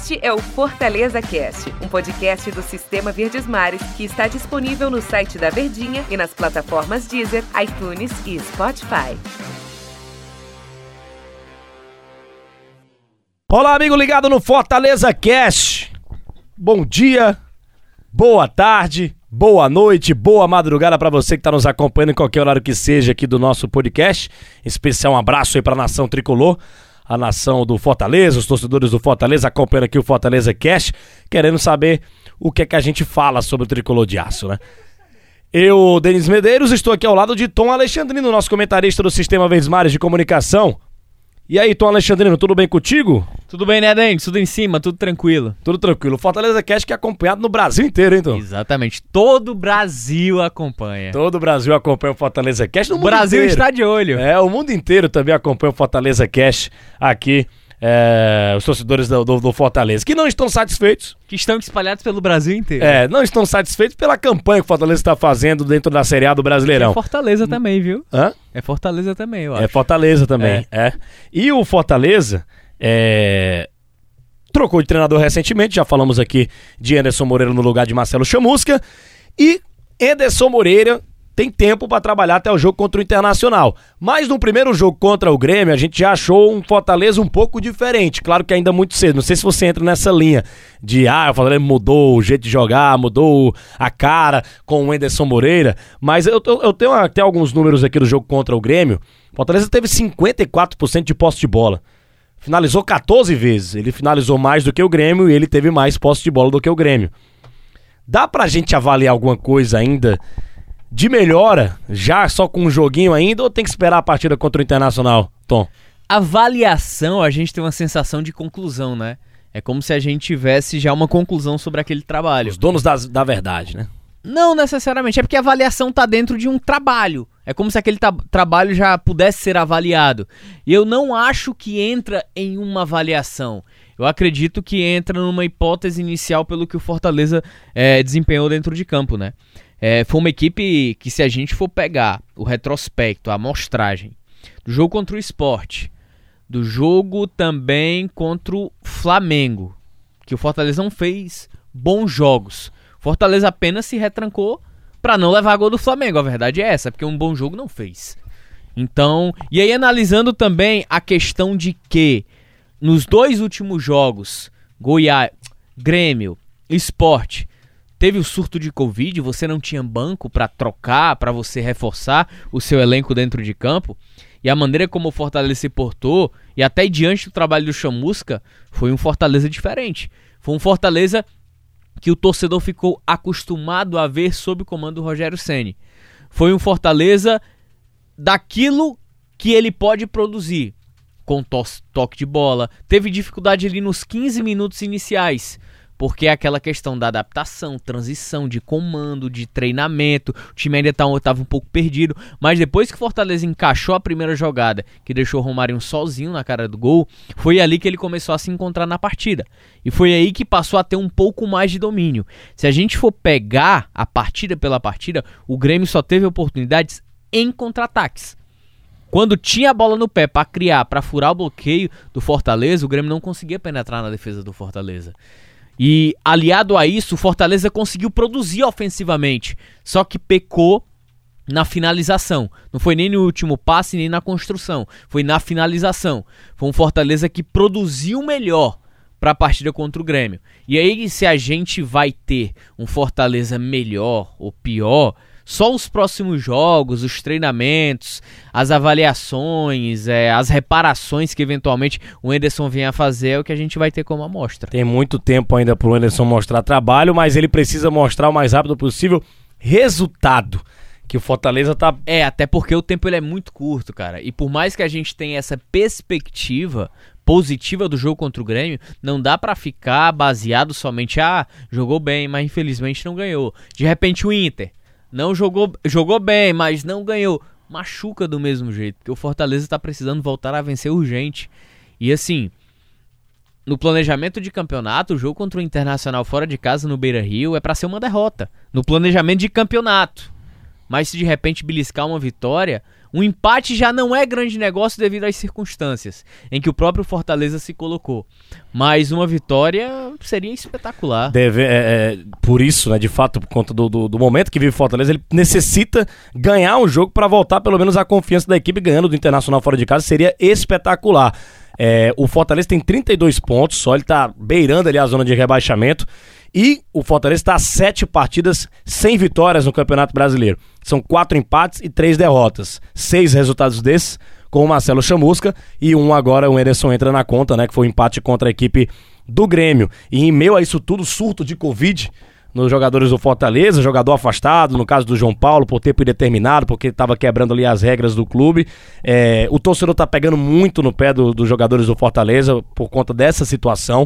Este é o Fortaleza Cast, um podcast do Sistema Verdes Mares que está disponível no site da Verdinha e nas plataformas Deezer, iTunes e Spotify. Olá, amigo ligado no Fortaleza Cast. Bom dia, boa tarde, boa noite, boa madrugada para você que está nos acompanhando em qualquer horário que seja aqui do nosso podcast. Em especial um abraço aí para a nação tricolor, a nação do Fortaleza, os torcedores do Fortaleza acompanhando aqui o Fortaleza Cast, querendo saber o que é que a gente fala sobre o tricolor de aço, né? Eu, Denis Medeiros, estou aqui ao lado de Tom Alexandrino, nosso comentarista do Sistema Verdes Mares de Comunicação. E aí, Tom Alexandrino, tudo bem contigo? Tudo bem, né, Denis? Tudo em cima, tudo tranquilo. Tudo tranquilo. Fortaleza Cast que é acompanhado no Brasil inteiro, hein, Tom? Exatamente. Todo o Brasil acompanha. Todo o Brasil acompanha o Fortaleza Cast. O Brasil inteiro está de olho. O mundo inteiro também acompanha o Fortaleza Cast aqui. Os torcedores do Fortaleza, que não estão satisfeitos. Que estão espalhados pelo Brasil inteiro. Não estão satisfeitos pela campanha que o Fortaleza está fazendo dentro da Série A do Brasileirão. É Fortaleza também, viu? Hã? É Fortaleza também, eu acho. É Fortaleza também, E o Fortaleza trocou de treinador recentemente, já falamos aqui de Anderson Moreira no lugar de Marcelo Chamusca. E Anderson Moreira tem tempo para trabalhar até o jogo contra o Internacional. Mas no primeiro jogo contra o Grêmio, a gente já achou um Fortaleza um pouco diferente. Claro que ainda muito cedo. Não sei se você entra nessa linha de o Fortaleza mudou o jeito de jogar, mudou a cara com o Anderson Moreira. Mas eu tenho até alguns números aqui do jogo contra o Grêmio. O Fortaleza teve 54% de posse de bola. Finalizou 14 vezes. Ele finalizou mais do que o Grêmio e ele teve mais posse de bola do que o Grêmio. Dá pra gente avaliar alguma coisa ainda de melhora, já só com um joguinho ainda, ou tem que esperar a partida contra o Internacional, Tom? Avaliação, a gente tem uma sensação de conclusão, né? É como se a gente tivesse já uma conclusão sobre aquele trabalho. Os donos da verdade, né? Não necessariamente, é porque a avaliação tá dentro de um trabalho. É como se aquele trabalho já pudesse ser avaliado. E eu não acho que entra em uma avaliação. Eu acredito que entra numa hipótese inicial pelo que o Fortaleza desempenhou dentro de campo, né? Foi uma equipe que, se a gente for pegar o retrospecto, a amostragem do jogo contra o Sport, do jogo também contra o Flamengo, que o Fortaleza não fez bons jogos. O Fortaleza apenas se retrancou para não levar gol do Flamengo, a verdade é essa, porque um bom jogo não fez. Então, e aí analisando também a questão de que nos dois últimos jogos, Goiás, Grêmio, Sport, teve o surto de Covid, você não tinha banco para trocar, para você reforçar o seu elenco dentro de campo, e a maneira como o Fortaleza se portou, e até diante do trabalho do Chamusca, foi um Fortaleza diferente. Foi um Fortaleza que o torcedor ficou acostumado a ver sob o comando do Rogério Ceni. Foi um Fortaleza daquilo que ele pode produzir, com toque de bola. Teve dificuldade ali nos 15 minutos iniciais, porque é aquela questão da adaptação, transição, de comando, de treinamento. O time ainda estava um pouco perdido, mas depois que o Fortaleza encaixou a primeira jogada, que deixou o Romarinho sozinho na cara do gol, foi ali que ele começou a se encontrar na partida. E foi aí que passou a ter um pouco mais de domínio. Se a gente for pegar a partida pela partida, o Grêmio só teve oportunidades em contra-ataques. Quando tinha a bola no pé para criar, para furar o bloqueio do Fortaleza, o Grêmio não conseguia penetrar na defesa do Fortaleza. E aliado a isso, o Fortaleza conseguiu produzir ofensivamente, só que pecou na finalização. Não foi nem no último passe, nem na construção, foi na finalização. Foi um Fortaleza que produziu melhor para a partida contra o Grêmio. E aí, se a gente vai ter um Fortaleza melhor ou pior, só os próximos jogos, os treinamentos, as avaliações, as reparações que eventualmente o Anderson venha a fazer é o que a gente vai ter como amostra. Tem muito tempo ainda pro Anderson mostrar trabalho, mas ele precisa mostrar o mais rápido possível resultado. Que o Fortaleza tá... até porque o tempo ele é muito curto, cara. E por mais que a gente tenha essa perspectiva positiva do jogo contra o Grêmio, não dá pra ficar baseado somente, jogou bem, mas infelizmente não ganhou. De repente o Inter não jogou bem, mas não ganhou. Machuca do mesmo jeito, porque o Fortaleza tá precisando voltar a vencer urgente. E assim, no planejamento de campeonato, o jogo contra o Internacional fora de casa no Beira-Rio é pra ser uma derrota. No planejamento de campeonato. Mas se de repente beliscar uma vitória, Um empate já não é grande negócio devido às circunstâncias em que o próprio Fortaleza se colocou. Mas uma vitória seria espetacular. Por isso, né, de fato, por conta do momento que vive o Fortaleza, ele necessita ganhar um jogo para voltar pelo menos a confiança da equipe. Ganhando do Internacional fora de casa seria espetacular. O Fortaleza tem 32 pontos só, ele tá beirando ali a zona de rebaixamento. E o Fortaleza está a 7 partidas sem vitórias no Campeonato Brasileiro. São 4 empates e 3 derrotas. 6 resultados desses com o Marcelo Chamusca e agora o Enderson entra na conta, né? Que foi o empate contra a equipe do Grêmio. E em meio a isso tudo, surto de Covid nos jogadores do Fortaleza, jogador afastado, no caso do João Paulo, por tempo indeterminado, porque estava quebrando ali as regras do clube. O torcedor está pegando muito no pé dos jogadores do Fortaleza por conta dessa situação.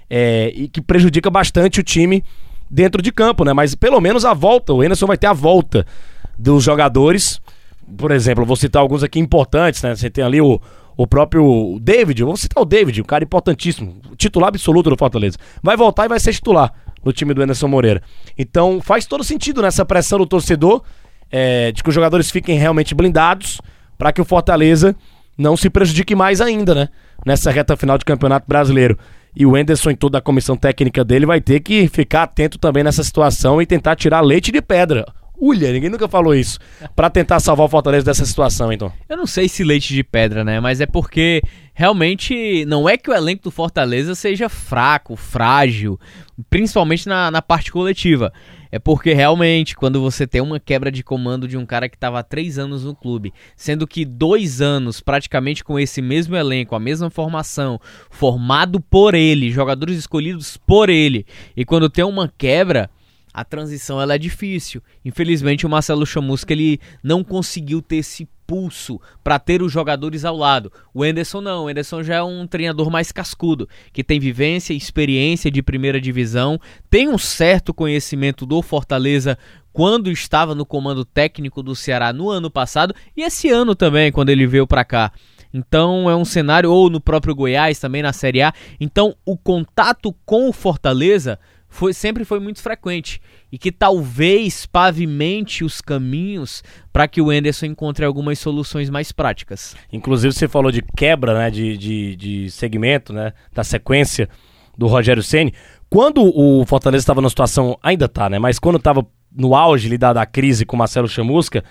E que prejudica bastante o time dentro de campo, né? Mas pelo menos a volta, o Enderson vai ter a volta dos jogadores. Por exemplo, eu vou citar alguns aqui importantes, né? Você tem ali o próprio David, eu vou citar o David, um cara importantíssimo, titular absoluto do Fortaleza. Vai voltar e vai ser titular no time do Enderson Moreira. Então faz todo sentido nessa pressão do torcedor, de que os jogadores fiquem realmente blindados, para que o Fortaleza não se prejudique mais ainda, né? Nessa reta final de Campeonato Brasileiro. E o Enderson e toda a comissão técnica dele vai ter que ficar atento também nessa situação e tentar tirar leite de pedra. Ninguém nunca falou isso. Pra tentar salvar o Fortaleza dessa situação, então. Eu não sei se leite de pedra, né? Mas é porque realmente não é que o elenco do Fortaleza seja fraco, frágil, principalmente na parte coletiva. É porque realmente, quando você tem uma quebra de comando de um cara que estava há 3 anos no clube, sendo que 2 anos praticamente com esse mesmo elenco, a mesma formação, formado por ele, jogadores escolhidos por ele, e quando tem uma quebra, a transição ela é difícil. Infelizmente o Marcelo Chamusca ele não conseguiu ter esse pulso para ter os jogadores ao lado. O Enderson não, o Enderson já é um treinador mais cascudo, que tem vivência e experiência de primeira divisão, tem um certo conhecimento do Fortaleza quando estava no comando técnico do Ceará no ano passado e esse ano também, quando ele veio para cá. Então é um cenário, ou no próprio Goiás também na Série A. Então o contato com o Fortaleza sempre foi muito frequente e que talvez pavimente os caminhos para que o Enderson encontre algumas soluções mais práticas. Inclusive você falou de quebra, né, de segmento, né, da sequência do Rogério Ceni. Quando o Fortaleza estava numa situação, ainda tá, né, mas quando estava no auge da crise com o Marcelo Chamusca,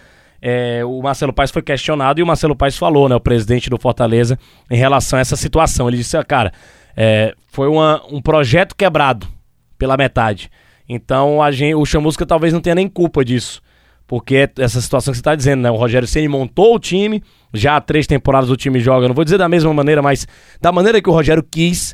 o Marcelo Paes foi questionado e o Marcelo Paes falou, né, o presidente do Fortaleza, em relação a essa situação. Ele disse, cara, foi um projeto quebrado pela metade. Então o Chamusca talvez não tenha nem culpa disso, porque é essa situação que você está dizendo, né? O Rogério Ceni montou o time, já há 3 temporadas o time joga, não vou dizer da mesma maneira, mas da maneira que o Rogério quis.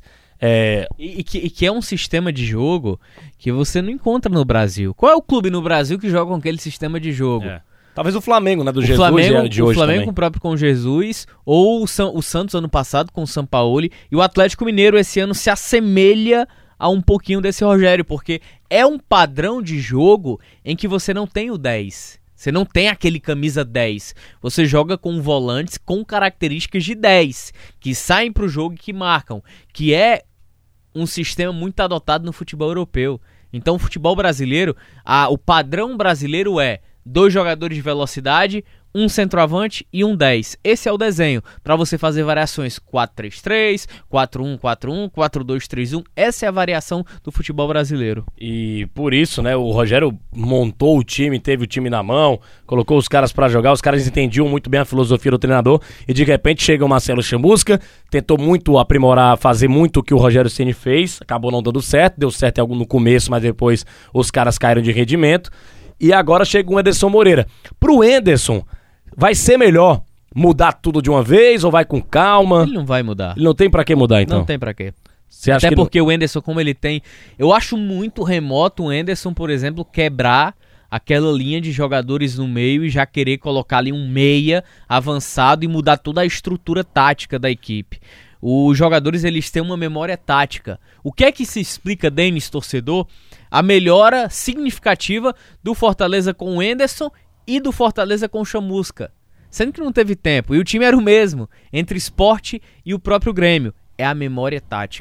E que é um sistema de jogo que você não encontra no Brasil. Qual é o clube no Brasil que joga com aquele sistema de jogo? Talvez o Flamengo, né? Do Jesus de O hoje Flamengo também. próprio com Jesus, ou o Santos ano passado com o Sampaoli, e o Atlético Mineiro esse ano se assemelha a um pouquinho desse Rogério, porque é um padrão de jogo em que você não tem o 10. Você não tem aquele camisa 10. Você joga com volantes com características de 10, que saem pro jogo e que marcam, que é um sistema muito adotado no futebol europeu. Então o futebol brasileiro, o padrão brasileiro é 2 jogadores de velocidade, um centroavante e um 10. Esse é o desenho, para você fazer variações 4-3-3, 4-1-4-1, 4-2-3-1. Essa é a variação do futebol brasileiro. E por isso, né, o Rogério montou o time, teve o time na mão, colocou os caras para jogar, os caras entendiam muito bem a filosofia do treinador, e de repente chega o Marcelo Chamusca, tentou muito aprimorar, fazer muito o que o Rogério Ceni fez, acabou não dando certo, deu certo no começo, mas depois os caras caíram de rendimento, e agora chega o Enderson Moreira. Pro Enderson, vai ser melhor mudar tudo de uma vez ou vai com calma? Ele não vai mudar. Ele não tem pra que mudar, então? Não tem pra quê. Você acha Até que porque o Enderson, como ele tem... Eu acho muito remoto o Enderson, por exemplo, quebrar aquela linha de jogadores no meio e já querer colocar ali um meia avançado e mudar toda a estrutura tática da equipe. Os jogadores, eles têm uma memória tática. O que é que se explica, Denis, torcedor, a melhora significativa do Fortaleza com o Enderson e do Fortaleza com o Chamusca? Sendo que não teve tempo, e o time era o mesmo, entre Sport e o próprio Grêmio. É a memória tática.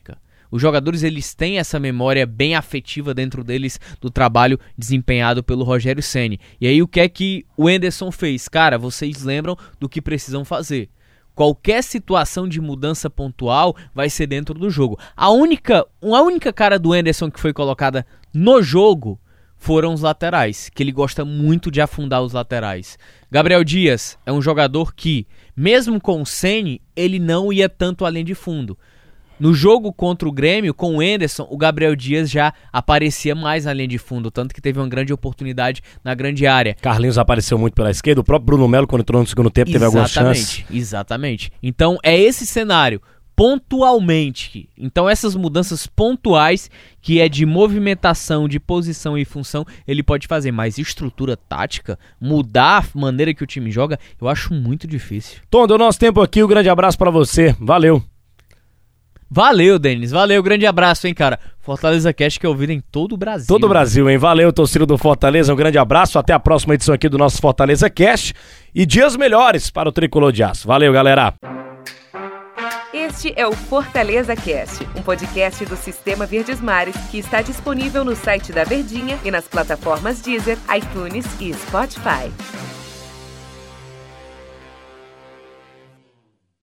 Os jogadores, eles têm essa memória bem afetiva dentro deles do trabalho desempenhado pelo Rogério Ceni. E aí o que é que o Anderson fez? Cara, vocês lembram do que precisam fazer. Qualquer situação de mudança pontual vai ser dentro do jogo. A única cara do Anderson que foi colocada no jogo foram os laterais, que ele gosta muito de afundar os laterais. Gabriel Dias é um jogador que, mesmo com o Ceni, ele não ia tanto além de fundo. No jogo contra o Grêmio, com o Anderson, o Gabriel Dias já aparecia mais na linha de fundo, tanto que teve uma grande oportunidade na grande área. Carlinhos apareceu muito pela esquerda, o próprio Bruno Melo, quando entrou no segundo tempo, teve algumas chances. Exatamente. Então, é esse cenário, pontualmente. Então, essas mudanças pontuais, que é de movimentação, de posição e função, ele pode fazer. Mas estrutura tática, mudar a maneira que o time joga, eu acho muito difícil. Tom, deu nosso tempo aqui, um grande abraço pra você. Valeu. Valeu, Denis. Valeu, grande abraço, hein, cara. Fortaleza Cast que é ouvido em todo o Brasil. Todo o Brasil, hein? Valeu, torcida do Fortaleza. Um grande abraço. Até a próxima edição aqui do nosso Fortaleza Cast. E dias melhores para o Tricolor de Aço. Valeu, galera. Este é o Fortaleza Cast, um podcast do Sistema Verdes Mares que está disponível no site da Verdinha e nas plataformas Deezer, iTunes e Spotify.